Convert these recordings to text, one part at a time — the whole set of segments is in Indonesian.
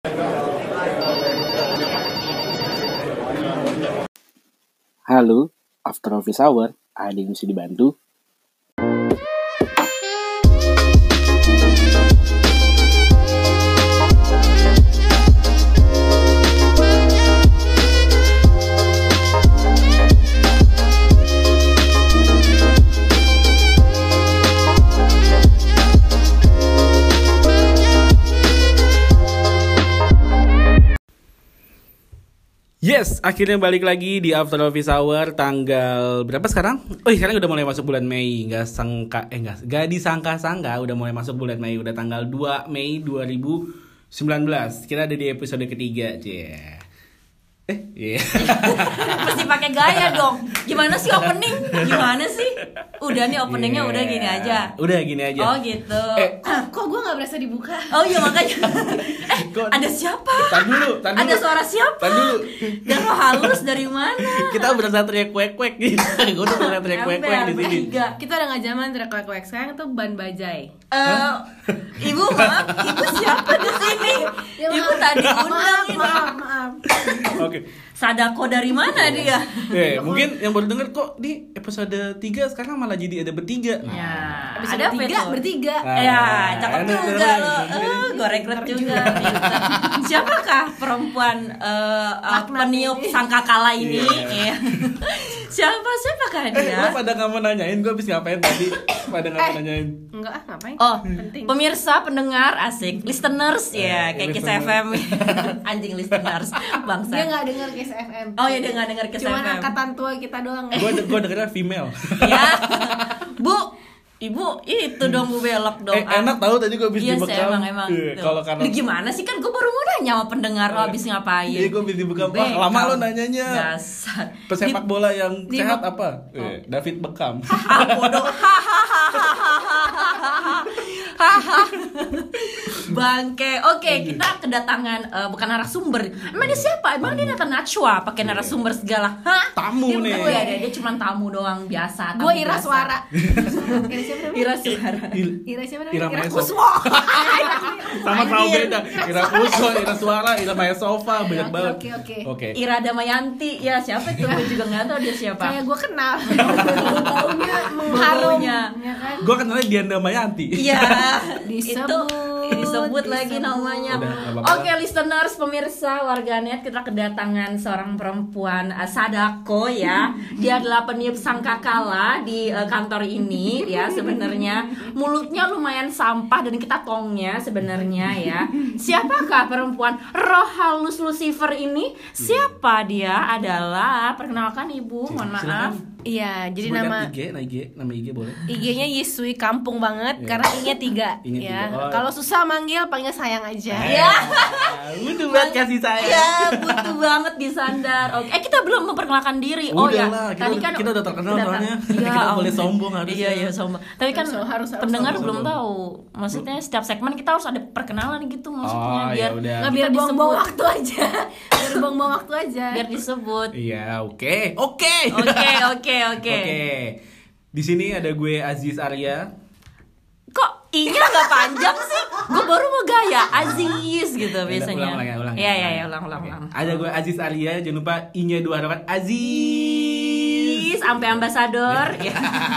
Halo, after office hour, ada yang bisa dibantu? Yes, akhirnya balik lagi di After Office Hour tanggal berapa sekarang? Oh, sekarang udah mulai masuk bulan Mei. Gak disangka-sangka udah mulai masuk bulan Mei. Udah tanggal 2 Mei 2019. Kita ada di episode ketiga, cie. Mesti pakai gaya dong. Gimana sih opening? Gimana sih? Udah nih openingnya udah gini aja. Udah gini aja. Oh gitu. Kok gue nggak berasa dibuka? Oh iya makanya. Ada siapa? Tar dulu. Ada suara siapa? Tar dulu. Dan lo halus dari mana? Kita berasa teriak kuek-kuek gitu. Gue udah berasa teriak kuek-kuek di sini. Kita udah nggak zaman teriak-kuek. Sekarang tuh ban bajai. Ibu maaf, ibu siapa di sini? Ibu tadi undang ini. Maaf. Oke. Sadako dari mana dia? Mungkin yang baru denger kok di episode 3 sekarang malah jadi ada bertiga. Ya, Ada bertiga. Ya, cakep juga lo. Gue rekrut juga. Siapakah perempuan peniup sangkakala ini? Siapakah dia? Lo pada nggak mau nanyain gue habis ngapain tadi? Pada nggak mau nanyain? Enggak, ngapain? Oh, penting. pemirsa, pendengar, asik, listeners ya, kayak Kiss listener. FM, anjing listeners, bangsa. Dia nggak denger Kiss FM. Oh ya, dia nggak denger Kiss Cuman FM. angkatan tua kita doang. Gue dengernya female. Ya, Bu, Ibu, itu dong Bu belok dong. Enak tahu tadi gue habis Iya sih, dibekam. emang. Kalau karena Lu gimana sih, kan gue baru mau nanya sama pendengar lo habis ngapain. Iya, gue habis dibekam. Wah, lama lo nanyanya. Dasar. Pesepak bola yang sehat apa? David Beckham. Bodoh. Bangke. Oke, kita kedatangan bukan narasumber. Emang dia siapa? Emang dia datang Najwa pakai narasumber segala. Hah? Tamu nih. Dia cuma tamu doang biasa. Gue Ira biasa. Suara. Ira Suara. Ira siapa namanya? Ira Ira Maeso. Kuswo. Sama beda. Ira Kuswo, Ira Suara, Ira Maya Sofa, banyak banget. Oke. Ira Damayanti. Ya, siapa itu? Gue juga enggak tahu dia siapa. Kayak gue kenal. Baunya mengharum. Baunya. Ya kan? Gue kenalnya Dianda Mayanti. Iya, Disebut lagi namanya. Udah, nggak apa-apa. Oke, listeners, pemirsa, warganet, kita kedatangan seorang perempuan Sadako ya. Dia adalah peniup sangkakala di kantor ini ya. Sebenarnya mulutnya lumayan sampah dan kita tongnya sebenarnya ya. Siapakah perempuan roh halus Lucifer ini? Siapa dia? Adalah, perkenalkan Ibu, mohon maaf. Iya, jadi Sebutkan nama IG boleh. IG-nya Yisui kampung banget karena I-nya 3 I-nya ya. 3. Oh. Kalau susah manggil panggil sayang aja. Ya. Butuh banget kasih sayang. Ya, butuh banget disandar. Oke, kita belum memperkenalkan diri. Udah Ya, lah, tadi kan kita udah terkenal soalnya. Ya, Kita boleh sombong harus. Iya, sombong. Tapi kan Harus pendengar sombong. belum tahu. Maksudnya setiap segmen kita harus ada perkenalan gitu maksudnya biar yaudah. Nggak, biar kita buang-buang disebut. waktu aja. Biar buang-buang waktu aja. Biar disebut. Iya, oke. Oke. Oke. Di sini ada gue Aziz Arya. Kok I-nya nggak panjang sih? Gue baru mau gaya Aziz gitu biasanya. Ulang. Iya, ulang. Ada gue Aziz Arya, jangan lupa I-nya 2 harapan Aziz. Sampai ambasador ya.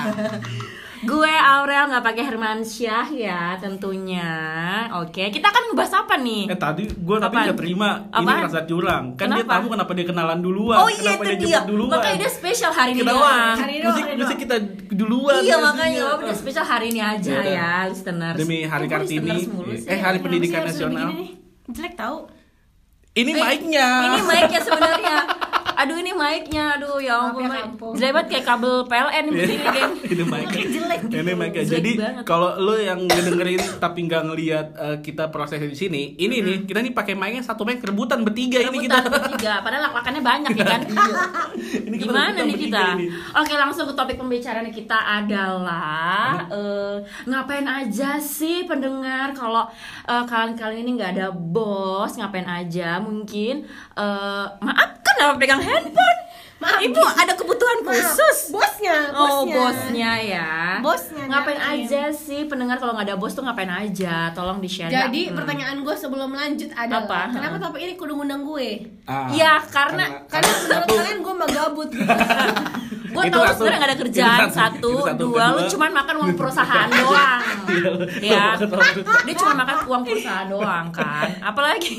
Gue Aurel nggak pakai Hermansyah ya tentunya. Oke, kita akan ngebahas apa nih? Tadi gue tapi Apaan? nggak terima. Ini Apaan? rasa curang. Kan dia Kenapa? tamu kenapa dia kenalan duluan? Oh iya, kenapa itu dia. jemput duluan? Makanya dia spesial hari ini Kenapa? doang. Hari ini doang. Mesti kita duluan. Iya biasanya. makanya dia spesial hari ini aja Yaudah. ya, listeners. Demi Hari Kok Kartini. listeners mulu sih? Hari Pendidikan Kenapa sih harus Nasional. begini nih? Jelek tahu. Ini mic-nya. Ini mic-nya sebenarnya. Aduh ini mic-nya, aduh ya ampun. Maaf ya, kampung. Jelek banget kayak kabel PLN di sini, geng. Ini mic-nya. Jelek. Ini mic-nya. Jelek Jadi banget. kalau lo yang ngedengerin tapi nggak ngelihat kita proses di sini, ini nih kita nih pakai mic-nya satu mic rebutan bertiga ini kita. Rebutan bertiga, padahal lak-lakannya banyak ya kan. Ini kita Gimana rebutan nih bertiga kita? ini. Oke, langsung ke topik pembicaraan kita adalah ngapain aja sih pendengar kalau kalian ini nggak ada bos, ngapain aja? Mungkin maaf kan apa pegang handphone? Maaf, Ibu ada kebutuhan khusus. Bosnya, Oh, bosnya ya. Bosnya Ngapain nyariin. aja sih pendengar kalau nggak ada bos tuh ngapain aja? Tolong di-share. Jadi ya. pertanyaan gue sebelum lanjut adalah Apa? kenapa topik ini kudu ngundang gue? Iya, karena Karena menurut kalian gue mah gabut gitu. gue Itu tau satu. sebenarnya gak ada kerjaan. Itu satu. Satu, Itu satu. dua, lu Kedua. cuman makan uang perusahaan doang. Ya, dia cuma makan uang perusahaan doang kan. Apalagi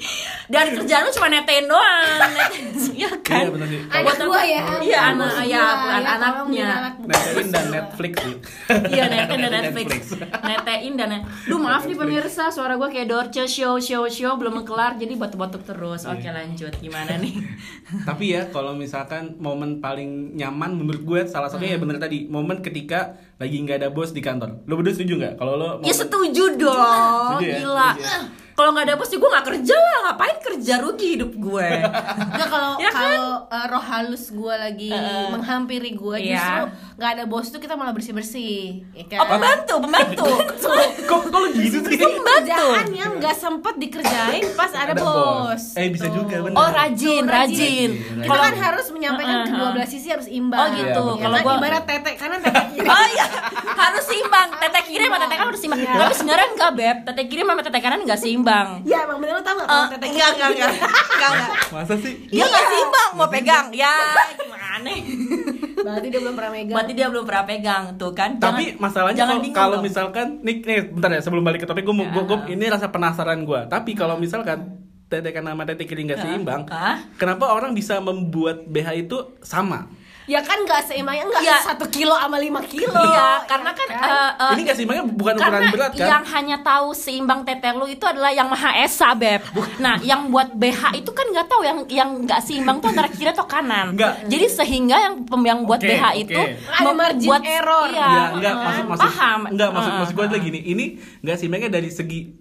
dan kerjaan lu cuma netein doang. Iya kan? Iya, bener sih. Anak gue ya. Iya, anak Bos ya, gua, bukan ya, tolong anaknya. biar anak gua. Netein dan Netflix sih. Iya, netein dan Netflix. Netein dan Duh, maaf nih pemirsa, suara gue kayak Dorce show belum kelar jadi batuk-batuk terus. Oke, lanjut. Gimana nih? Tapi ya kalau misalkan momen paling nyaman menurut gue salah satunya ya bener tadi momen ketika lagi nggak ada bos di kantor. Lo berdua setuju nggak? Kalau lo Ya setuju dong, Setuju ya? gila. Setuju ya? Kalau nggak ada bos sih gue nggak kerja lah, ngapain kerja, rugi hidup gue. Nggak, kalau Ya kan? kalau roh halus gue lagi menghampiri gue Iya. justru nggak ada bos tuh kita malah bersih-bersih ya kan? Oh, pembantu. kok lo gitu sih? Kerjaan yang nggak sempet dikerjain pas ada bos. Bisa juga bener. Oh, rajin. Kita Kalau kan harus menyampaikan kedua belah sisi harus imbang. Oh, gitu. Ya Kalau kan? gua- Ibarat tetek kanan tetek kiri. Oh iya, harus seimbang. Tetek kiri sama tetek kanan harus seimbang. Tapi sebenarnya enggak, Beb. Tetek kiri sama tetek kanan enggak seimbang. Ya emang bener, lo tau gak kalau tetek kiri? Enggak. Masa sih? Dia enggak seimbang mau pegang. Ya, gimana? Berarti dia belum pernah megang. Berarti dia belum pernah pegang tuh kan. Tapi masalahnya jangan kalau- bingung kalau dong. misalkan nih bentar ya sebelum balik ke topik gue ini rasa penasaran gue. Tapi kalau misalkan tetek kanan sama tetek kiri nggak seimbang, kenapa orang bisa membuat BH itu sama? Ya kan nggak seimbangnya nggak Iya. 1 kilo sama 5 kilo. Iya, karena kan Ini nggak seimbangnya bukan ukuran karena berat kan? yang hanya tahu seimbang tete lu itu adalah yang Maha Esa, Beb. Nah, yang buat BH itu kan nggak tahu yang nggak seimbang tuh antara kiri atau kanan. Nggak. Jadi sehingga yang buat Oke, BH oke. itu Ada margin error. Iya, Ya, enggak maksud paham. maksud gue adalah gini. Ini nggak seimbangnya dari segi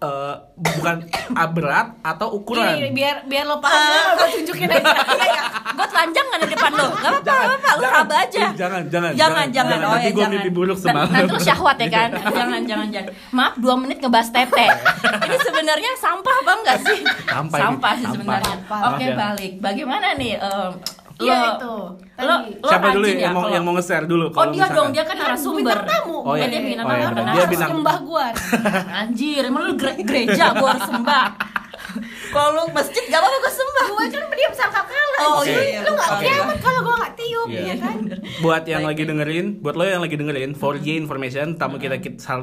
bukan berat atau ukuran. Ini biar lo paham, gue tunjukin aja. Gue telanjang kan di depan lo. Gak apa-apa, lu raba aja. Jangan. Jangan. Oh Nanti ya, gue jangan. mimpi buruk semalam. Nanti lu syahwat ya kan? Jangan. Maaf, 2 menit ngebahas tete. Ini sebenarnya sampah apa enggak sih? Sampah ini, sih sampah. sebenarnya. Sampah. Oke, Ya. balik. Bagaimana nih? Iya itu. Lo Siapa dulu rajin ya kalau- yang mau nge-share dulu? Oh kalau dia misalkan. dong, dia kan narasumber. bintang tamu. Oh, iya. Dia bintang Oh, iya, tamu. benar. Dia Dia Harus bintang- nyembah gue. Anjir, emang lu gereja gua harus sembah. Kalau lu masjid gak apa-apa gua sembah. Gue kan pendiam sangka kalah. Oh, Oke. iya. Lu nggak Oke. kiamat kalau gue nggak tiup, Iya. ya kan? Buat yang lagi dengerin, buat lo yang lagi dengerin, for your information, tamu kita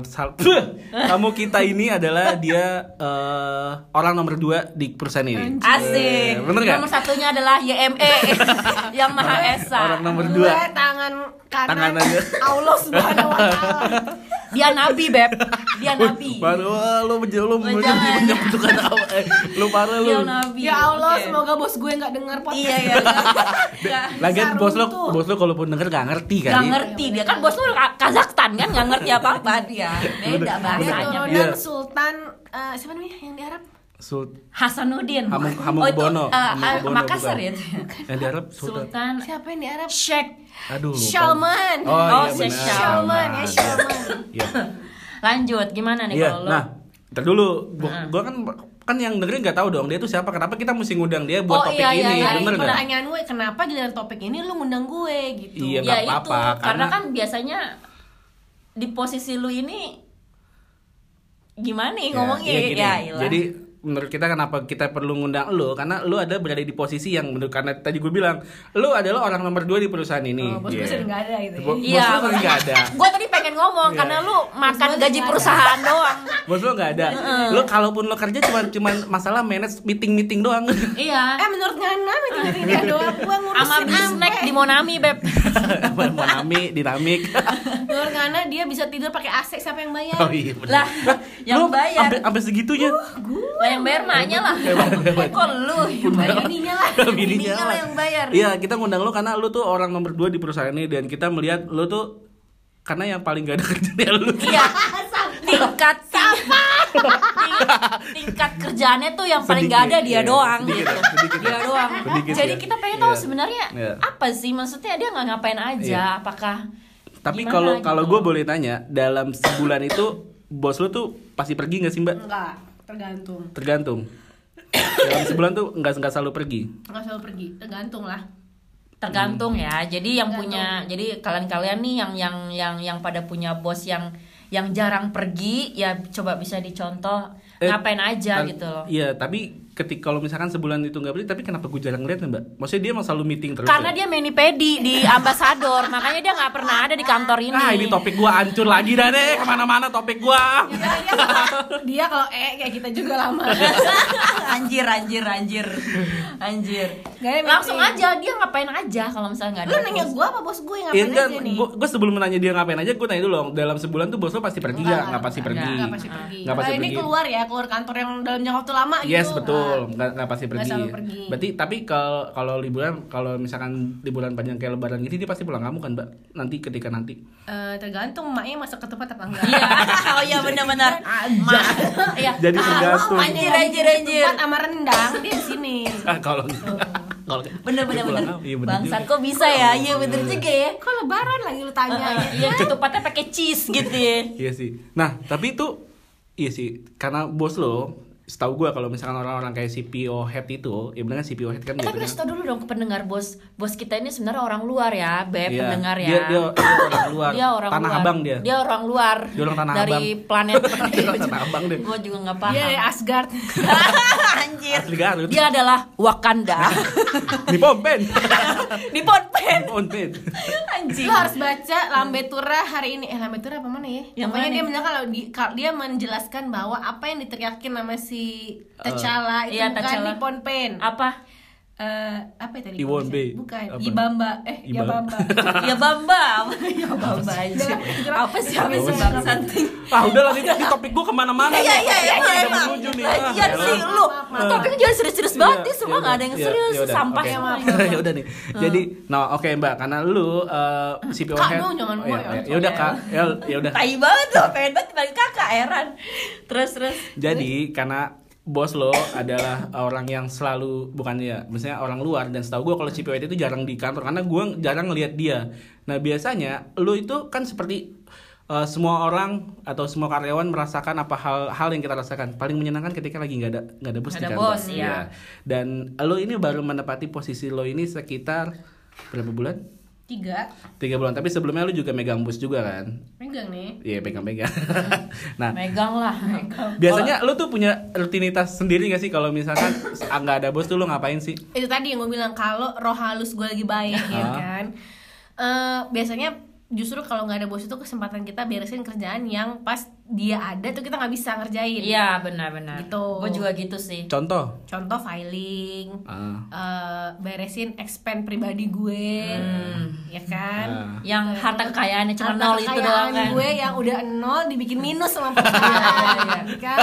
tamu kita ini adalah dia orang nomor 2 di perusahaan ini. Asik. Bener nggak? Nomor satunya adalah YME yang Maha Esa. Orang nomor Gue 2. tangan Tangan kanan aja. Allah subhanahu wa ta'ala. Dia nabi, Beb. Dia nabi. Baru lo jangan. menyebutkan apa? Lo parah Dia lo. nabi. Ya Allah, Oke. semoga bos gue nggak dengar podcast. Iya ya. Lagian bos lo, runtuh. bos lo kalaupun denger gak ngerti Gak kan? ngerti dia kan bos lu Kazakhstan kan nggak ngerti apa-apa dia. Beda Dia bahasanya. Iya. turunan Sultan siapa namanya yang di Arab? Hasanuddin. Hamengkubuwono. Hamengkubuwono Makassar bukan. ya. Yang di Arab Sultan. Sultan Siapa yang di Arab? Sheikh. Aduh. lupa. Salman. Oh, iya Sheikh benar. Salman ya Salman. Iya. Lanjut gimana nih Iya. kalau lo? Nah, ntar dulu. Gua kan yang dengerin nggak tahu dong dia tuh siapa. Kenapa kita mesti ngundang dia buat topik iya, ini? iya. Bener nggak? Pertanyaan gue, kenapa giliran topik ini lu ngundang gue gitu? Iya, Ya nggak itu apa-apa, karena karena- kan biasanya di posisi lu ini gimana nih ngomongnya iya gini. ya iyalah. Jadi menurut kita kenapa kita perlu ngundang lo, karena lo ada berada di posisi yang menurut, karena tadi gue bilang lo adalah orang nomor 2 di perusahaan ini. Oh, bos gue sering nggak ada gitu ya. Bos Iya, lo nggak ada. Gue tadi pengen ngomong Iya. karena lu makan Bos gaji nggak perusahaan doang. Bos lo nggak ada. Lo kalaupun lo kerja cuman masalah manage meeting doang. Iya. Menurut Ngana meeting dia doang, gue ngurusin Sama beli snack di Monami, Beb. Monami, dinamik. Menurut Ngana dia bisa tidur pakai AC, siapa yang bayar? Oh iya bener. Lah, yang Lo bayar. sampai segitunya. Lah yang bayar maknya lah. Kok lu yang bayar? Bininya lah. Bininya lah yang bayar. Iya, kita ngundang lo karena lo tuh orang nomor 2 di perusahaan ini, dan kita melihat lo tuh karena yang paling gak ada kerjaan lo. Iya. Tingkat kerjaannya tuh yang paling gak ada dia Sedikit, doang sedikit, gitu. sedikit. Dia doang. Sedikit, Jadi ya. kita pengen tahu Iya. sebenarnya Iya. apa sih maksudnya dia nggak ngapain aja? Iya. Apakah Tapi gimana kalau gitu? gue boleh tanya, dalam sebulan itu bos lo tuh pasti pergi nggak sih, Mbak? Enggak, tergantung. Tergantung. Dalam sebulan tuh nggak selalu pergi. Enggak selalu pergi, tergantung lah. Tergantung ya. Jadi yang punya, jadi kalian nih yang pada punya bos yang jarang pergi, ya coba bisa dicontoh ngapain aja gitu loh. Iya, tapi kalau misalkan sebulan itu nggak beli, tapi kenapa gue jarang lihat Mbak? Maksudnya dia emang selalu meeting terus. Karena dia mani-pedi di ambasador, makanya dia nggak pernah ada di kantor ini. Ini topik gue hancur lagi dah deh, kemana-mana topik gue. Dia kalau kayak kita juga lama. anjir. Langsung aja dia ngapain aja kalau misalnya nggak ada. Lu nanya gue apa bos gue Iya, ngapain aja nih? Gue sebelum menanya dia ngapain aja, gue tanya dulu loh, dalam sebulan tuh bos lo pasti pergi nggak pasti pergi. Nggak pasti pergi. Nggak pasti Ini pergi. keluar kantor yang dalam jangka waktu lama gitu. Yes, betul. Nggak pasti pergi. selalu pergi. Berarti tapi kalau liburan, kalau misalkan liburan panjang kayak lebaran gini, dia pasti pulang kamu kan, Mbak? Nanti ketika nanti. Tergantung emaknya masuk ke tempat apa enggak. Iya. Oh iya benar-benar. Iya. Jadi tergantung. Anjir. Tempat sama rendang dia di sini. Kalau Bener. Iya, bener Bangsat juga. kok bisa ya? Iya bener juga ya. Kok lebaran lagi lu tanya? Iya ketupatnya pakai cheese gitu ya. Iya sih. Nah, tapi itu iya sih, karena bos lo, setahu gue kalau misalkan orang-orang kayak CPO head itu, ya bener kan CPO head kan Tapi biasanya- kasih tau dulu dong ke pendengar bos kita ini sebenarnya orang luar ya, Beb, Iya. pendengar ya. Dia orang luar. Dia orang Tanah luar. Abang dia. Dia orang luar. Dia orang Tanah dari Abang. planet. Dia orang Tanah Abang deh. Gue juga nggak paham. Dia dari Asgard. Anjir. Asli Garut. Dia adalah Wakanda. Di Pompen. Di Ponpen. Pompen. Anjir. Lu harus baca Lambe Tura hari ini. Lambe Tura apa mana ya? Yang Pokoknya mana? dia menjelaskan kalau dia menjelaskan bahwa apa yang diteriakin sama si T'Challa itu iya, bukan T'Challa. di Ponpen. Apa? Apa ya tadi? Iwonbe. Bukan. Apa? Ibamba. Ibamba. Yabamba. Ya Bamba. Ya Bamba aja. Apa sih apa sih bangsat? Udah lah, ini topik gue kemana-mana. Iya Udah emang. menuju nih. Lagian sih elah. lu. Maaf. Topiknya jangan serius-serius banget nih, semua nggak ada yang Ya, serius, ya udah, sampah oke. semua. Ya udah nih. Jadi, oke Mbak, karena lu CPO Kak head. dong, jangan Oh, gua ya, ya. ya udah Kak. Ya udah. Tai banget loh, pengen banget dipanggil kakak, heran. Terus. Jadi karena bos lo adalah orang yang selalu, bukan ya, maksudnya orang luar, dan setahu gue kalau CPO itu jarang di kantor karena gue jarang ngelihat dia. Nah biasanya lo itu kan seperti semua orang atau semua karyawan merasakan apa hal yang kita rasakan. Paling menyenangkan ketika lagi nggak ada bos di Ada kantor. bos, ya. Dan lo ini baru menepati posisi lo ini sekitar berapa bulan? 3 bulan. Tapi sebelumnya lo juga megang bos juga kan? megang nih. Iya, pegang-pegang. Nah, Megang lah. biasanya lu tuh punya rutinitas sendiri gak sih kalau misalkan nggak ada bos tuh lu ngapain sih? Itu tadi yang gue bilang, kalau roh halus gue lagi baik ya kan. Biasanya justru kalau nggak ada bos itu kesempatan kita beresin kerjaan yang pas dia ada tuh kita nggak bisa ngerjain. Iya benar-benar. Gitu. Gue juga gitu sih. Contoh? Contoh filing, beresin expand pribadi gue, ya kan. Yang harta kekayaannya cuma Harta 0 itu kekayaan doang kan. gue yang udah 0 dibikin minus sama perusahaan, kan?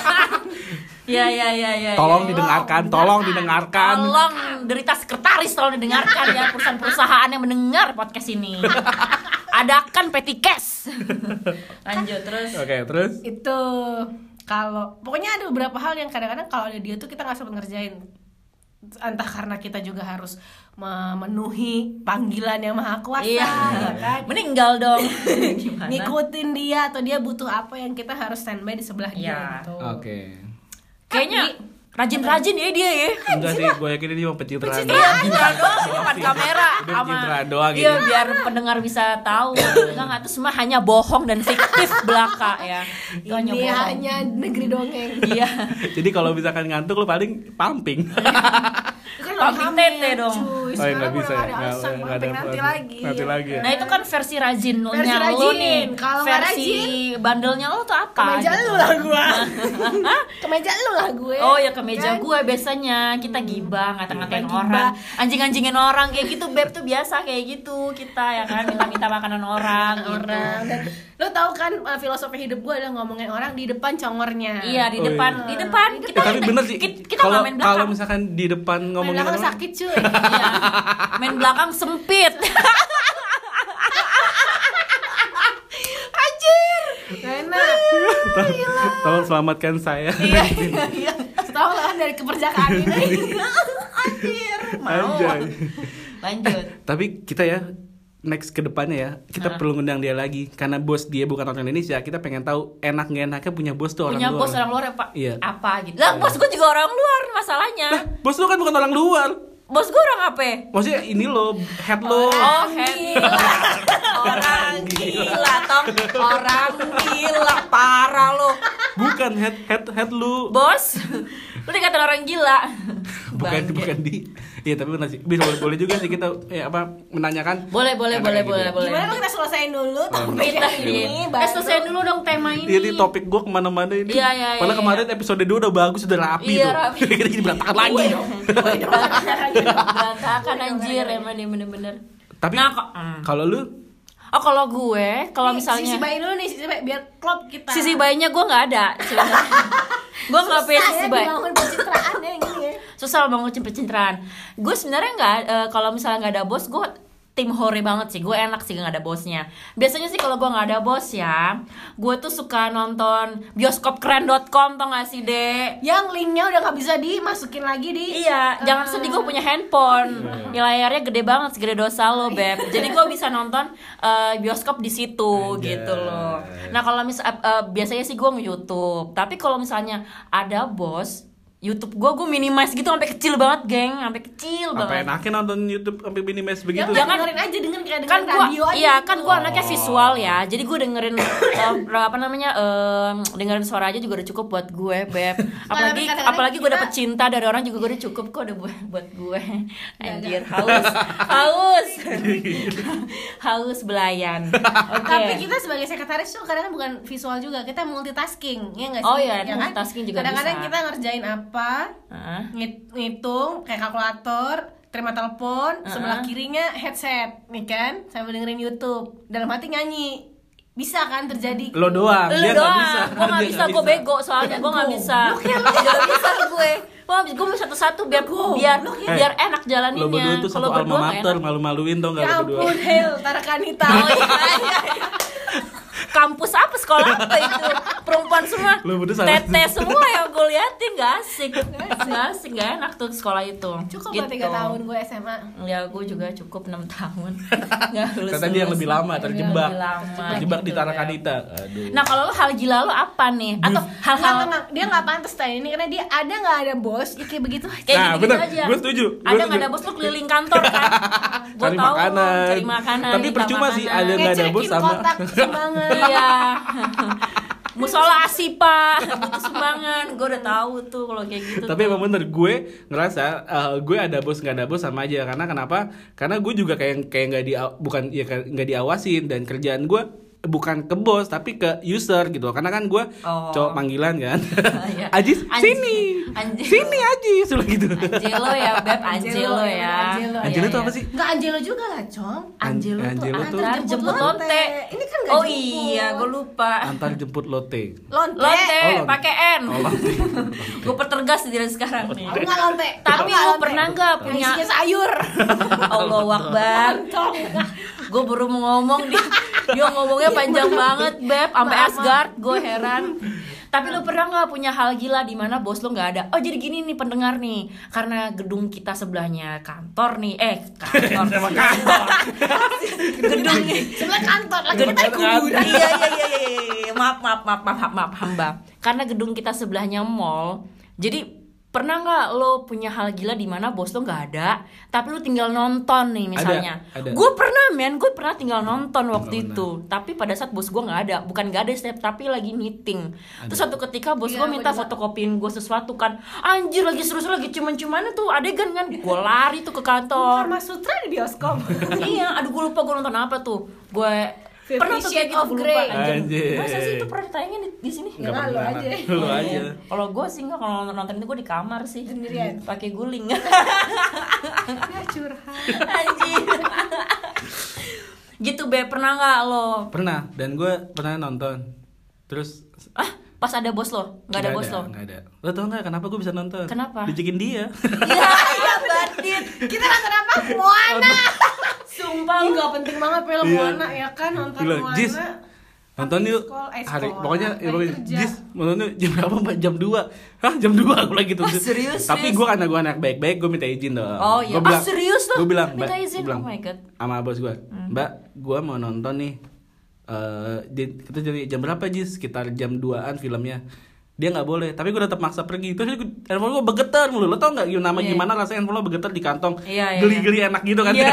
Iya. Tolong didengarkan. Tolong derita sekretaris tolong didengarkan ya, perusahaan-perusahaan yang mendengar podcast ini. Adakan petty cash. Lanjut terus. Oke, terus? Itu kalau pokoknya ada beberapa hal yang kadang-kadang kalau ada dia tuh kita nggak sempat ngerjain, entah karena kita juga harus memenuhi panggilan yang maha kuasa, Iya. ya kan? Meninggal dong. Gimana? Ngikutin dia atau dia butuh apa yang kita harus standby di sebelah dia Iya. gitu. Oke. Kayaknya rajin-rajin ya dia ya. Enggak sih, gue yakin dia mau pencitraan. Iya doang di depan kamera Udah sama pencitraan doang iya gitu. biar pendengar bisa tahu. Enggak itu semua hanya bohong dan fiktif belaka ya. Itu hanya Ini bohong. hanya negeri dongeng. Iya. Jadi kalau misalkan ngantuk lu paling pumping. Kan Pumping tete dong. cuy. Oh, ya, nggak Sekarang bisa udah ya? nggak ada alasan Nggak ada pumping nanti alasan. lagi. Nanti lagi ya? Nah itu kan versi rajinnya Versi lu rajin. nih. Kalau nggak versi bandelnya lo tuh apa? Kemeja gitu. lu lah gua. Kemeja lu lah gue. Oh ya kemeja Kan? gue biasanya kita gibah ngata-ngatain Gibah. orang, anjing-anjingin orang kayak gitu. Beb tuh biasa kayak gitu kita ya kan, minta-minta makanan orang gitu. Orang. Dan lo tau kan filosofi hidup gue adalah ngomongin orang di depan congornya. Iya di Oh, depan, iya. di depan kita. Tapi bener sih. Kita nggak main belakang. Kalau misalkan di depan Main ngomongin belakang orang, sakit cuy. Iya. Main belakang sempit. Gak enak. tolong selamatkan saya. Iya. Setahun lah dari keperjakaan ini. Anjir. Mau. Anjay. Lanjut. Tapi kita ya next ke depannya ya, kita perlu ngundang dia lagi karena bos dia bukan orang Indonesia. Kita pengen tahu enak nggak enaknya punya bos tuh orang Punya luar. bos orang luar ya Pak? Iya. Apa gitu? Lah bos gue juga orang luar masalahnya. Bos lu kan bukan orang luar. Bos gue orang apa? Maksudnya ini lo, head lo. Oh, gila. Orang gila, Tong. Orang gila, parah lo. Bukan head lu. Bos, lu dikata orang gila. Bukan di. Iya, tapi benar sih. Bisa boleh juga sih kita menanyakan. Boleh. Gimana kalau kita selesaiin dulu topik ini? Selesaiin dulu dong tema ini. Iya, topik gue kemana-mana ini. Iya. Padahal kemarin episode 2 udah bagus, udah rapi tuh. Rapi. Kita jadi berantakan lagi. Berantakan anjir, emang dia bener-bener. Tapi kalau lu? Oh, kalau gue, kalau misalnya sisi bayi dulu nih, sisi bayi biar klop kita. Sisi bayinya gue nggak ada. Gue nggak punya sisi bayi. Bangun pencitraan ya gini ya. Susah bangun pencitraan. Gue sebenarnya nggak, kalau misalnya nggak ada bos, gue tim hore banget sih. Gue enak sih nggak ada bosnya. Biasanya sih kalau gue nggak ada bos ya, gue tuh suka nonton bioskopkeren.com, tau gak sih, Dek? Yang linknya udah nggak bisa dimasukin lagi di. Iya, jangan sedih, gue punya handphone. Ya, layarnya gede banget, segede dosa lo, Beb. Jadi gue bisa nonton bioskop di situ gitu loh. Nah, kalau biasanya sih gue nge-YouTube. Tapi kalau misalnya ada bos, YouTube gue minimize gitu sampai kecil banget, geng, sampai kecil banget. Apa enaknya nonton YouTube sampai minimize begitu? Jangan dengerin aja, dengerin kayak Kan dengerin radio aja. iya, kan gue anaknya visual ya. Jadi gue dengerin dengerin suara aja juga udah cukup buat gue, Beb. Apalagi gue dapet cinta dari orang juga gue udah cukup kok, udah buat gue. Anjir, haus belayan. Tapi kita sebagai sekretaris tuh kadang bukan visual juga, kita multitasking, ya nggak sih? Oh iya, ya kan? multitasking juga kadang-kadang bisa. kita ngerjain apa, ngitung kayak kalkulator, terima telepon, sebelah kirinya headset, nih kan, sambil dengerin YouTube, dalam hati nyanyi. Bisa kan terjadi? Lo doang, dia nggak bisa. Gue nggak bisa, gue bego soalnya, gue nggak bisa. Gak bisa gue. Gue mau satu-satu biar enak jalaninnya. Lo berdua tuh satu alma mater, malu-maluin dong ya kalau berdua. ampun, Hel, Tarakanita. Oh iya. Kampus apa, sekolah apa itu? Perempuan semua, tete semua yang gue liatin, gak asik, gak enak tuh sekolah itu. Cukup gitu. 3 tahun gue SMA. Ya gue juga cukup 6 tahun. Gak lulus. Katanya dia yang lebih lama, terjebak gitu, di Tarakanita. Aduh. Nah, kalau lo hal gila lo apa nih? Atau hal-hal Dia nggak pantas tanya ini karena dia ada nggak ada bos kayak begitu. Kayak gitu aja. Gue setuju. Ada nggak ada bos lo keliling kantor kan? Gue tahu cari makanan. Tapi percuma sih ada nggak ada bos sama. Kotak sumbangan. Iya. Musola Asipa butuh sumbangan. Gue udah tahu tuh kalau kayak gitu. Tapi emang bener, gue ngerasa gue ada bos nggak ada bos sama aja. Karena kenapa? Karena gue juga kayak nggak diawasin, dan kerjaan gue bukan ke bos tapi ke user gitu. Karena kan gue cowok panggilan kan. Iya. Ajis sini Ajis gitu. Angelo ya, Beb. Angelo ya. Angelo tuh apa sih? Nggak Angelo juga lah, Cong. Angelo tuh tuh antar jemput lonte. Ini kan nggak Oh jemput. iya, gue lupa. Antar jemput lote. Lonte pakai N. Oh, lonte. Gue pertegas dari sekarang nih. Aku nggak lonte. Tapi lo pernah nggak punya isinya sayur? Allahu Akbar. Gue baru mau ngomong dia ngomongnya panjang banget, Beb, sampai Asgard. Gue heran. Tapi lo pernah nggak punya hal gila di mana bos lo nggak ada? Oh, jadi gini nih pendengar nih, karena gedung kita sebelahnya kantor nih, kantor. Gedung nih Sebelah kantor lagi kita kuburan. Iya. Maaf hamba. Karena gedung kita sebelahnya mall. Jadi pernah nggak lo punya hal gila di mana bos lo nggak ada, tapi lo tinggal nonton nih misalnya? Ada. Gue pernah tinggal nonton waktu itu. Tapi pada saat bos gue nggak ada, bukan nggak ada step, tapi lagi meeting. Terus suatu ketika bos gue minta fotokopiin gue sesuatu kan, anjir lagi seru-seru lagi cuman tuh adegan kan, gue lari tuh ke kantor. Karma Sutra di bioskop. Iya, aduh gue lupa gue nonton apa tuh. Gue pernah tuh kayak gitu, gue lupa. Anjir. Masa sih itu pernah ditayangin di sini? Nggak Lu pernah. aja. Lu aja. Kalau gue sih nggak, kalau nonton itu gue di kamar sih Sendirian. pakai guling. Ya curhat. Anjir. Gitu, Be, pernah nggak lo? Pernah, dan gue pernah nonton. Terus Pas ada bos lo? Nggak ada bos lo? Nggak ada. Lo tau nggak kenapa gue bisa nonton? Kenapa? Dicekin dia. Iya bandit. Kita nonton apa? Moana. Sumpah Ini lu. nggak penting banget film Iya. Moana ya kan, nonton Bilang, Moana. Jis, nonton yuk hari pokoknya Jis nonton yuk jam berapa Mbak? Jam 2. Hah, jam 2 aku lagi gitu. Serius? Tapi gue karena gue anak baik-baik, gue minta izin dong. Oh iya. Gua bilang, Serius lo? Gue bilang, minta Mbak, izin. gua bilang, Oh my god. sama bos gue, Mbak, gue mau nonton nih. Kita jadi jam berapa Jis? Sekitar jam 2-an filmnya. dia nggak boleh, tapi gue tetap maksa pergi. Terus handphone gue bergetar mulu. Lo tau nggak gimana rasanya handphone lo bergetar di kantong? Geli-geli enak gitu kan?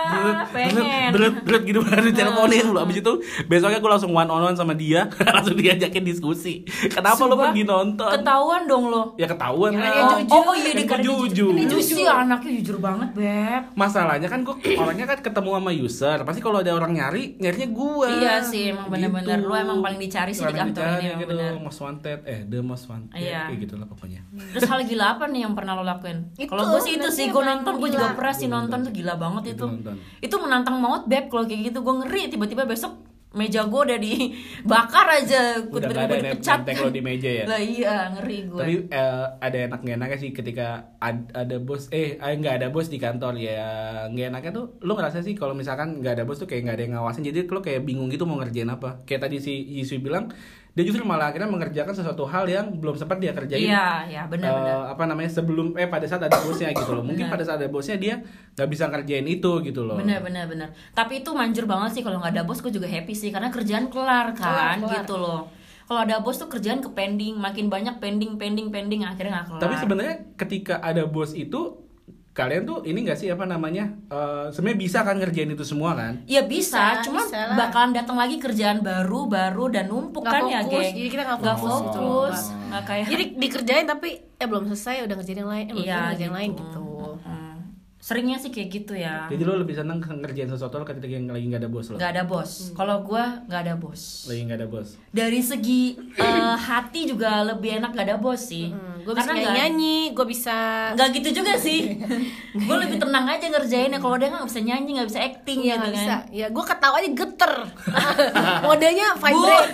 Pengen. Deret gitu baru teleponin lo. Abis itu besoknya gue langsung one on one sama dia, langsung diajakin diskusi. Kenapa lo pergi nonton? Ketahuan dong lo. Ya ketahuan lah. Oh iya dia jujur. Jujur anaknya jujur banget Beb. Masalahnya kan gue orangnya kan ketemu sama user, pasti kalau ada orang nyarinya gue. Iya sih emang bener-bener lo emang paling dicari sih di kantor ini gitu, most wanted, the most wanted, kayak gitu lah pokoknya. Terus hal gila apa nih yang pernah lo lakuin? Kalau gue sih itu sih, gue nonton, gue juga pernah sih nonton tuh gila banget itu. Itu menantang banget Beb kalau kayak gitu, gue ngeri tiba-tiba besok meja gue udah dibakar aja, udah gak ada dipecat lo di meja ya. Lah iya ngeri gue. Tapi ada enak gak enaknya sih ketika ada bos nggak ada bos di kantor ya. Nggak enaknya tuh lo ngerasa sih kalau misalkan nggak ada bos tuh kayak nggak ada yang ngawasin, jadi lo kayak bingung gitu mau ngerjain apa. Kayak tadi si Yisui bilang dia justru malah akhirnya mengerjakan sesuatu hal yang belum sempat dia kerjain. Iya benar. Sebelum pada saat ada bosnya gitu loh. Mungkin pada saat ada bosnya dia nggak bisa ngerjain itu gitu loh. Benar. Tapi itu manjur banget sih kalau nggak ada bos, gue juga happy sih karena kerjaan kelar kan gitu loh. Kalau ada bos tuh kerjaan ke pending, makin banyak pending akhirnya nggak kelar. Tapi sebenarnya ketika ada bos itu kalian tuh ini nggak sih sebenarnya bisa kan ngerjain itu semua kan? Iya bisa cuma bakalan datang lagi kerjaan baru dan numpuk gak kan fokus, ya geng. Jadi kita nggak fokus, nggak kayak. Jadi dikerjain tapi belum selesai udah ngerjain yang lain, ngerjain yang lain gitu. Seringnya sih kayak gitu ya. Jadi lo lebih senang ngerjain sesuatu ketika yang lagi nggak ada bos lo? Nggak ada bos. Kalau gue nggak ada bos. Lagi nggak ada bos. Dari segi hati juga lebih enak nggak ada bos sih. Gue bisa nyanyi, gue bisa. Nggak gitu juga sih. Gue lebih tenang aja ngerjainnya. Kalau dia nggak bisa nyanyi, nggak bisa acting ya, gitu kan. Bisa. Ya gue ketawa aja geter. Modenya vibrate.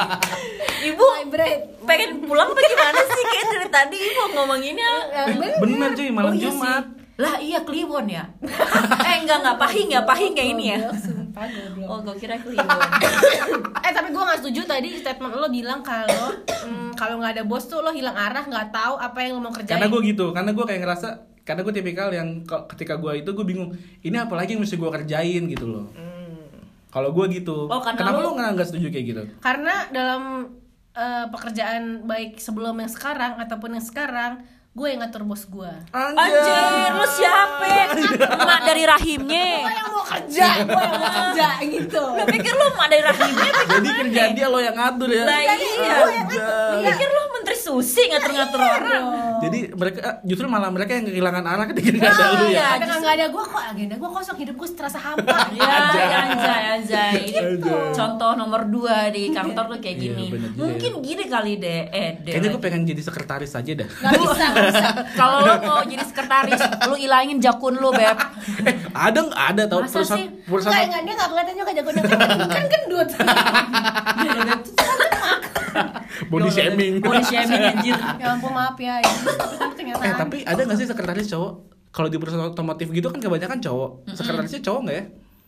Ibu vibrate. Pengen pulang apa gimana sih? Kayak dari tadi ibu ngomonginnya. Bener cuy, malam Jumat. Lah iya Kliwon ya. Enggak pahing ya ini ya. Oh gue kira Kliwon. Tapi gue nggak setuju tadi statement lo bilang kalau nggak ada bos tuh lo hilang arah, nggak tahu apa yang lo mau kerjain. Karena gue gitu, karena gue kayak ngerasa, karena gue tipikal yang ketika gue itu gue bingung, ini apa lagi yang mesti gue kerjain gitu loh. Kalau gue gitu. Kenapa lo nggak setuju kayak gitu? Karena dalam pekerjaan baik sebelum yang sekarang ataupun yang sekarang, gue yang ngatur bos gue. Anjir, lu siapa? Mak dari rahimnya. Gue yang mau kerja, gitu. Lu pikir lu mak dari rahimnya? Jadi kerjaan dia lo yang ngatur ya? Lah iya. Lu pikir lu menteri susi ngatur-ngatur orang? Jadi mereka justru malah mereka yang kehilangan arah ketika nggak ada lu ya? Karena nggak ada gue kok agenda gue kosong, hidup gue terasa hampa. Anjay. Gitu. Contoh nomor 2 di kantor tuh kayak gini. Mungkin gini kali deh. Kayaknya gue pengen jadi sekretaris aja dah. Gak bisa. Kalau lo mau jadi sekretaris, lu ilangin jakun lu, Beb. Ada tau perusahaan. Enggak, dia enggak kelihatan juga jakunnya kan gendut. Body shaming anjir. Ya ampun maaf ya. Tapi ada enggak sih sekretaris cowok? Kalau di perusahaan otomotif gitu kan kebanyakan cowok. Sekretarisnya cowok enggak ya?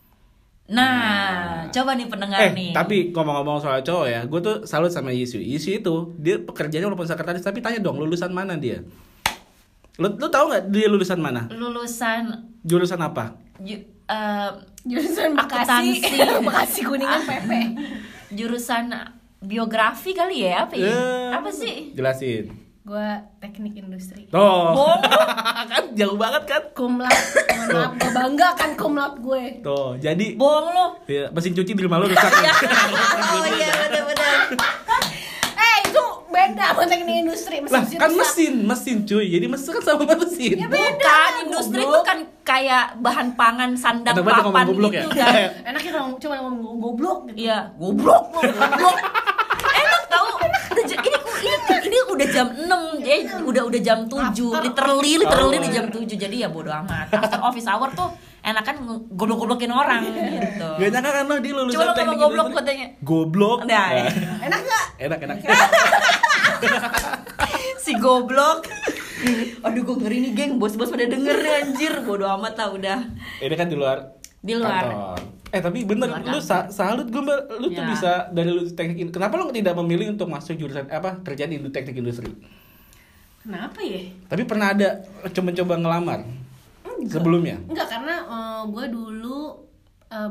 Nah, coba nih pendengar nih. Tapi ngomong-ngomong soal cowok ya, gue tuh salut sama Yisui itu, dia pekerjaannya walaupun sekretaris, tapi tanya dong lulusan mana dia? Lu tahu nggak dia lulusan mana? Jurusan apa? Jurusan Bekasi Kuningan PP. Jurusan biografi kali ya apa ya? Apa sih? Jelasin. Gue teknik industri. Kan jauh banget kan? Kumlat. Maaf, gue bangga kan kumlat gue. Jadi bohong lo. Ya, mesin cuci di rumah lo rusak. Oh iya benar. Itu beda sama teknik industri. Kan mesin cuy. Jadi mesin kan sama mesin. Ya beda. Bukan, industri itu kan kayak bahan pangan sandang papan gitu ya? kan. Enaknya kalau coba ngomong goblok gitu. Iya, goblok. Enak tahu. Ini udah jam 6 ya, udah jam 7. Literally di jam 7. Jadi ya bodo amat. After office hour tuh enakan goblok-goblokin orang gitu. Gak nyangka kan lo di lulusan coba lo ngomong goblok katanya. Goblok. Nah. Enak gak? Enak. Si goblok. Aduh gue ngeri nih geng, bos-bos pada denger nih anjir. Bodo amat lah udah. Ini kan di luar kantor. Tapi bener, lu salut gue, lu tuh bisa dari lu teknik. Kenapa lu tidak memilih untuk masuk jurusan kerjaan di teknik industri? Kenapa ya? Tapi pernah ada coba ngelamar? Sebelumnya? Enggak, karena gue dulu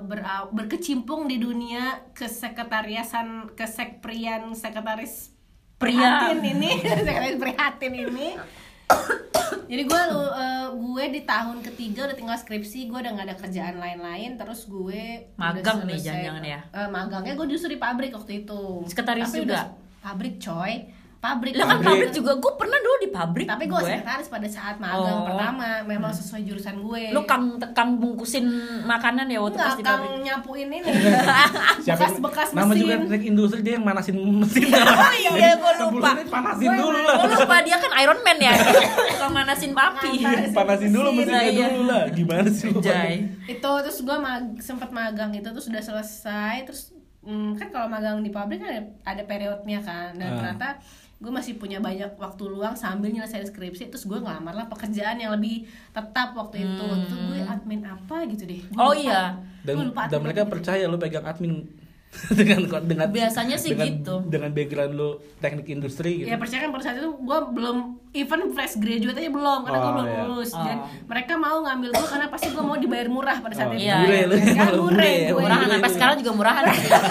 berkecimpung di dunia kesekretariasan, kesekprian, sekretaris prihatin ini. Sekretariat prihatin ini. Jadi gue di tahun ketiga udah tinggal skripsi, gue udah gak ada kerjaan lain-lain, terus gue magang nih jangan-jangan ya. Magangnya gue justru di pabrik waktu itu. Sekretaris tapi juga? Pabrik coy. Pabrik. Lah kan pabrik juga, gue pernah dulu di pabrik. Tapi gue sekretaris pada saat magang pertama, memang sesuai jurusan gue. Lu kang bungkusin makanan ya waktu pas di kang pabrik? nyapuin ini. bekas bekas nama mesin. juga teknik industri, dia yang manasin mesin. Oh iya, gue lupa. Panasin dulu lah. Gue lupa dia kan Iron Man ya. Kalau manasin papi. Panasin dulu mesinnya Iya. dulu lah. Gimana sih lu? Itu terus gue sempat magang itu tuh sudah selesai, terus kan kalau magang di pabrik kan ada periodnya kan, dan ternyata gue masih punya banyak waktu luang sambil nyelesain skripsi, terus gue ngelamar lah pekerjaan yang lebih tetap waktu itu. Waktu itu gue admin apa gitu deh. Oh iya. Dan mereka percaya lu pegang admin dengan biasanya sih gitu. Dengan background lu teknik industri gitu. Ya percaya kan pada saat itu gue belum even fresh graduate aja belum, karena gue belum lulus. Dan mereka mau ngambil gue karena pasti gue mau dibayar murah pada saat itu. Iya. Murahan sampai sekarang juga murahan.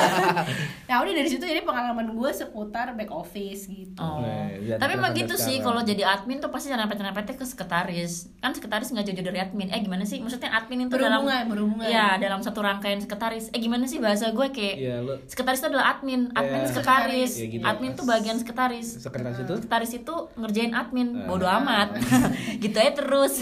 Ya udah dari situ jadi pengalaman gue seputar back office gitu. Tapi emang gitu sih, kalau jadi admin tuh pasti nyerempet-nyerempetnya ke sekretaris. Kan sekretaris nggak jauh-jauh dari admin. Gimana sih? Maksudnya admin itu berhubungan. Ya, dalam satu rangkaian sekretaris. Gimana sih bahasa gue kayak sekretaris itu adalah admin sekretaris. Ya, gitu. Admin tuh bagian sekretaris. Sekretaris itu ngerjain admin. Bodoh amat. Gitu aja terus.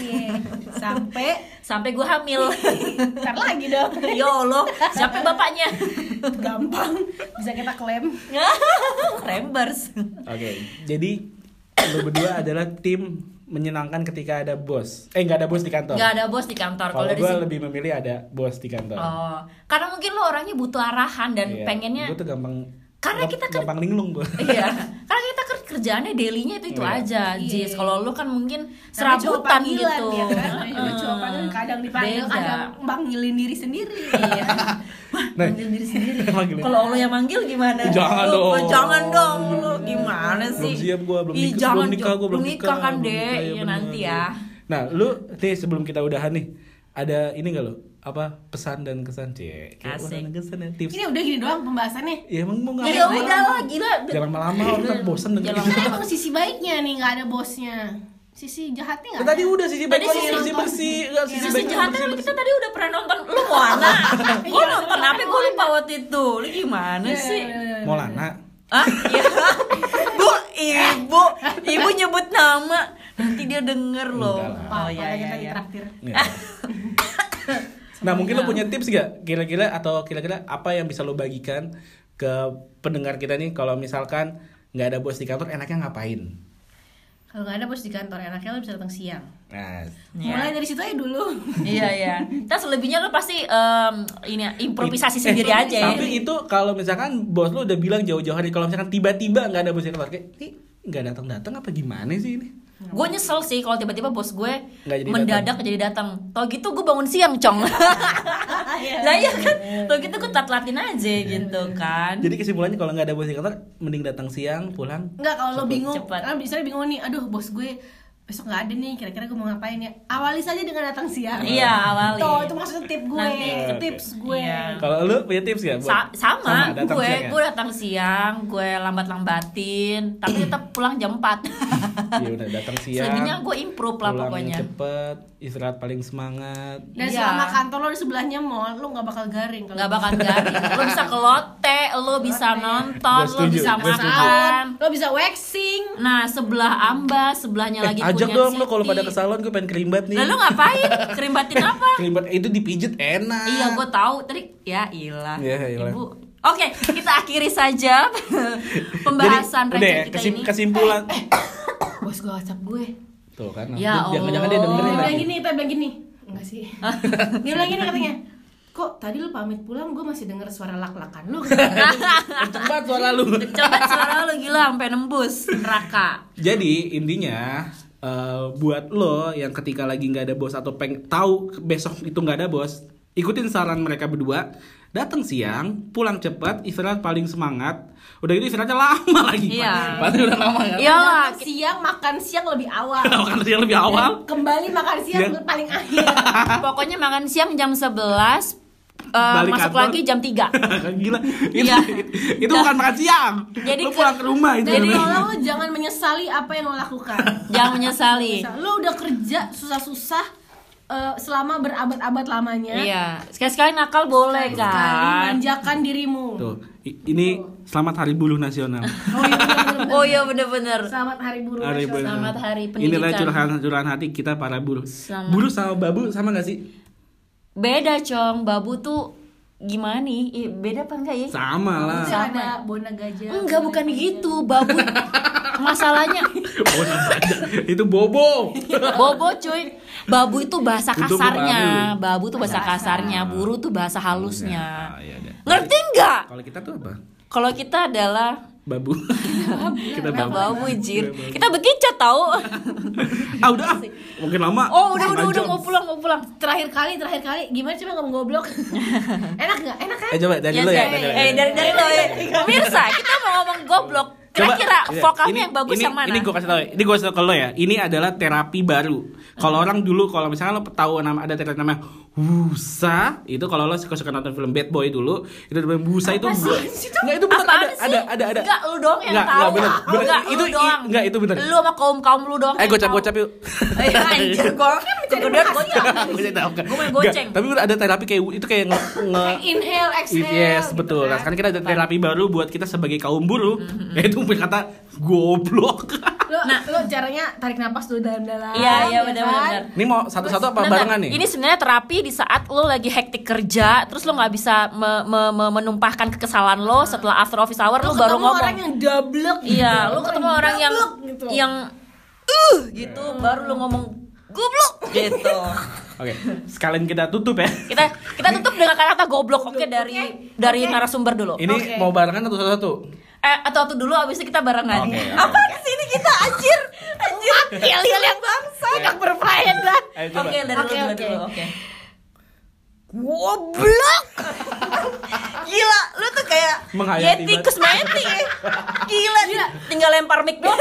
Sampai gue hamil. Ntar lagi dong. Ya Allah, siapa bapaknya? Gampang, bisa kita klaim. Rembers. Oke, jadi lu berdua adalah tim menyenangkan ketika ada bos. Nggak ada bos di kantor. Nggak ada bos di kantor. Kalau gue lebih memilih ada bos di kantor. Oh, karena mungkin lo orangnya butuh arahan dan pengennya. Gue tuh gampang. Karena kita kan gampang linglung gue. Iya, karena kita kan kerjaannya dailynya itu aja, Jis. Kalau lu kan mungkin serabutan gitu. Ya kan? Kadang dipanggil, kadang manggilin diri sendiri. Iya. Manggil diri sendiri. Kalau lu yang manggil gimana? Jangan dong. Lu gimana sih? Belum siap gue, belum nikah kan deh, ya nanti ya. Nah, lu nih sebelum kita udahan nih, ada ini nggak lo? Apa pesan dan kesan Asik. Kesan ya, tips. Ini udah gini doang pembahasannya. Ya emang mau ngapain? Ya udah lah, gila. Jangan lama-lama orang bosan dengerin. Ini kan emang sisi baiknya nih, nggak ada bosnya. Sisi jahatnya nggak ada. Tadi udah sisi baik, sisi bersih. Sisi jahatnya kan kita tadi udah pernah nonton. Lu Moana. Gue nonton apa? Gue lupa waktu itu. Lu gimana sih? Maulana. Iya. Ibu nyebut nama. Nanti dia denger loh. Oh iya, kita traktir. Nah mungkin lo punya tips gak kira-kira apa yang bisa lo bagikan ke pendengar kita nih, kalau misalkan nggak ada bos di kantor enaknya ngapain? Kalau nggak ada bos di kantor enaknya lo bisa datang siang. Nah, mulai dari situ aja dulu. Iya. Terus selebihnya lo pasti improvisasi sendiri aja ya. Tapi itu kalau misalkan bos lo udah bilang jauh-jauh hari, kalau misalkan tiba-tiba nggak ada bos di kantor, kayak nggak datang apa gimana sih ini? Gue nyesel sih kalau tiba-tiba bos gue mendadak jadi datang. Tau gitu gue bangun siang, Cong. Lah iya kan, tau gitu gue telat-telatin aja gitu kan. Jadi kesimpulannya kalau nggak ada bos di kantor, mending datang siang, pulang. Enggak, kalau lo bingung, cepat. karena misalnya bingung nih, aduh bos gue besok nggak ada nih, kira-kira gue mau ngapain ya? Awali saja dengan datang siang. Iya, awali. Itu maksudnya tips gue. Iya. Kalau lu punya tips ya? Sama gue datang siang, gue lambat-lambatin, tapi tetap pulang jam 4. Iya udah datang siang. Selebihnya gue improve lah pokoknya. Cepet, istirahat paling semangat. Dan selama kantor lo di sebelahnya mall, lo nggak bakal garing. Nggak bakal garing. Lo bisa ke lotte, lo bisa nonton, lo bisa makan, lo bisa waxing. Nah sebelah Amba, sebelahnya lagi ajak dong lo kalau pada ke salon, gue pengen kerimbat nih. Lalu ngapain? Kerimbatin apa? Kerimbat itu dipijet enak. Iya gue tahu tadi. Ya ilah. Ibu. Oke, kita akhiri saja pembahasan receh kita ini. Kesimpulan. Bos gue WhatsApp gue. Tuh kan. Ya jangan-jangan dia dengerin lagi. Dia bilang gini. Enggak sih. Dia bilang gini katanya. Kok tadi lu pamit pulang gue masih denger suara lak-lakan lu. Kenceng banget suara lu. Gila sampai nembus neraka. Jadi intinya buat lo yang ketika lagi nggak ada bos atau tahu besok itu nggak ada bos, ikutin saran mereka berdua, datang siang, pulang cepat, istirahat paling semangat. Udah gitu istirahatnya lama lagi. Iya. Pasti udah lama kan? Iyalah. Siang makan siang lebih awal. Makan siang lebih awal. Dan kembali makan siang paling akhir. Pokoknya makan siang jam 11. Balik masuk kantor. lagi jam 3. Gila. Iya. Itu bukan makan siang. Jadi Lu pulang ke rumah itu. Jadi namanya. lo jangan menyesali apa yang lo lakukan. Jangan menyesali. Lo udah kerja susah-susah selama berabad-abad lamanya. Iya, sekali-sekali nakal boleh Sekali kan. manjakan dirimu. Tuh, ini selamat Hari Buruh Nasional. Oh iya bener-bener. Selamat Hari Buruh Hari Nasional. Buruh. Selamat Hari Inilah Pendidikan. curahan hati kita para buruh. Selamat. Buruh sama babu sama gak sih? Beda Cong, babu tuh gimana nih? Beda apa enggak ya? Sama lah. Terus ada bona gajah. Enggak, bukan gitu. Babu masalahnya Oh, itu bobo. bobo cuy. Babu itu bahasa Itu kasarnya. Babu tuh bahasa kasarnya, buru tuh bahasa halusnya. Ah, iya deh. Ngerti enggak? Kalau kita tuh apa? Kalau kita adalah Babu. Kita Nah, babu. babu jir. Kita bekicot tahu. Ah udah ah. Mungkin lama. Oh, udah Setengah jam. mau pulang. Terakhir kali gimana coba ngomong goblok? Enak nggak? Enak kan? Coba dari lo ya. dari lo ya. Pemirsa, kita mau ngomong goblok. Kira-kira vokalnya yang bagus yang mana? Ini gue kasih tau. Ini gue kasih tau ke lo ya. Ini adalah terapi baru. Kalau orang dulu, kalau misalnya lo tahu ada terapi namanya Wusa, itu kalau lo suka nonton film Bad Boy dulu, itu namanya Wusa itu. Nggak, itu benar Apaan sih? ada. Enggak, lu doang yang tahu. Nggak, bener. Enggak, Itu lu doang. Nggak, itu bener. Lu sama kaum lu doang. Gocap yuk. Anjir, gua kan kemudian gocap. Gue main goceng. Tapi ada terapi kayak itu kayak Inhale, exhale. Yes, gitu betul. kan. Nah, sekarang kita ada terapi baru buat kita sebagai kaum buruh, yaitu berkata goblok. Lo caranya tarik napas dulu dalam-dalam. Iya, ya benar. Ini mau satu-satu apa Bentar, barengan nih? Ini sebenarnya terapi di saat lo lagi hektik kerja, terus lo nggak bisa menumpahkan kekesalan lo setelah after office hour, lo baru ngomong. orang yang dablek. Iya, lo ketemu orang yang gitu. gitu, baru lo ngomong goblok gitu. Oke, sekalian kita tutup ya. Kita tutup dengan kata-kata goblok. Oke, dari narasumber dulu. Ini mau barengan atau satu-satu? Atau dulu abis itu kita barengan. Oke. Apa kesini kita anjir wakil yang bangsa Tidak berfaedah. Ayo coba. Oke, dari Oke, lu oke. dulu. Oke. Goblok. Gila, lu tuh kayak Menghayati Yeti banget. Kusmeti. Gila, tinggal lempar mic doang.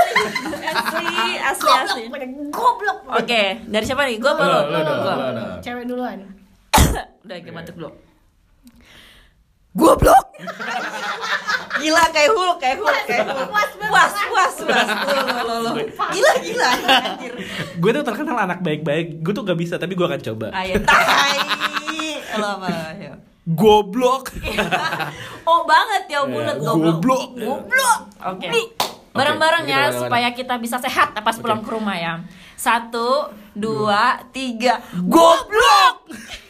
Asli. Goblok. Oke, dari siapa nih? Gua apa lu? Lo Gua. dong. Cewek duluan. Udah, kayak batuk dulu. Goblok. Gila kayak Hulk. Puas. Lo. Gila. Anjir. Gue tuh terkenal anak baik-baik. Gue tuh gak bisa, tapi gue akan coba. Ayo, tai. Lo apa? Ayo. Goblok. Oh banget ya bulat Goblok. Oke. Nih, bareng-bareng Oke, ya gitu, supaya kita bisa sehat pas pulang ke rumah ya. 1, 2, 3. Goblok.